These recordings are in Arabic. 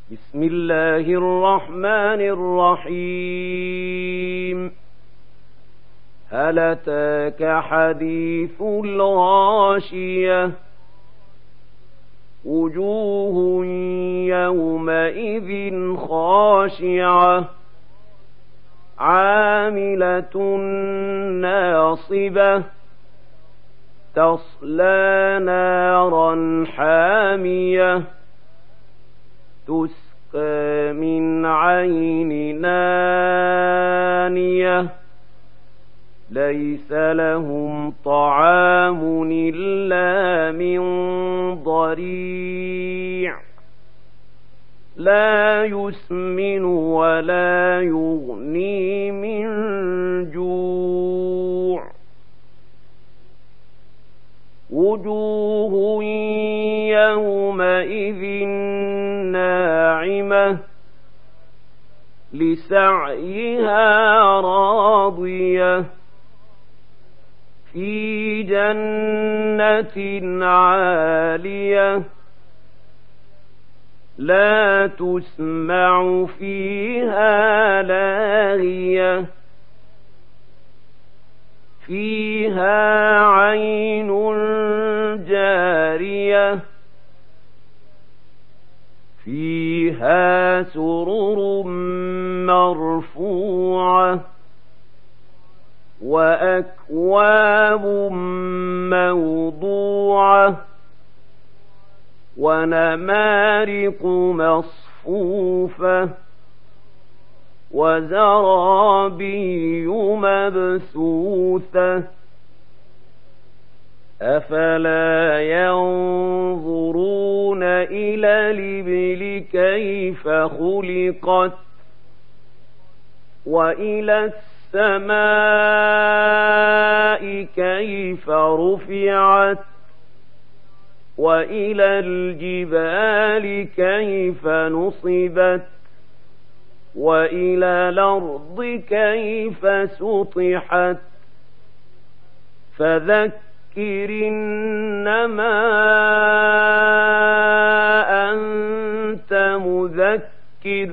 بسم الله الرحمن الرحيم. هل أتاك حديث الغاشية وجوه يومئذ خاشعة عاملة ناصبة تصلى نارا حامية تسقى من عين نانية ليس لهم طعام إلا من ضريع لا يسمن ولا يغني من جوع وجوه يومئذ ناعمة لسعيها راضية في جنة عالية لا تسمع فيها لاغية فيها عين جارية فيها سرر مرفوعة وأكواب موضوعة ونمارق مصفوفة وزرابي مبثوثة أفلا ينظرون إلى الإبل كيف خلقت وإلى السماء كيف رفعت وإلى الجبال كيف نصبت وإلى الأرض كيف سطحت فذكر إنما أنت مذكر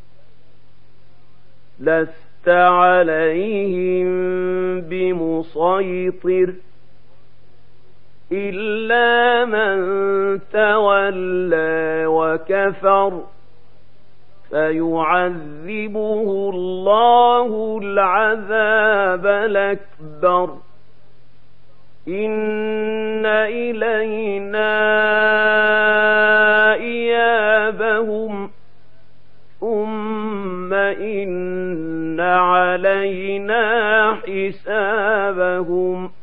لست عليهم بمسيطر إلا من تولى وكفر فيعذبه الله العذاب الأكبر إن إلينا إيابهم ثم إن علينا حسابهم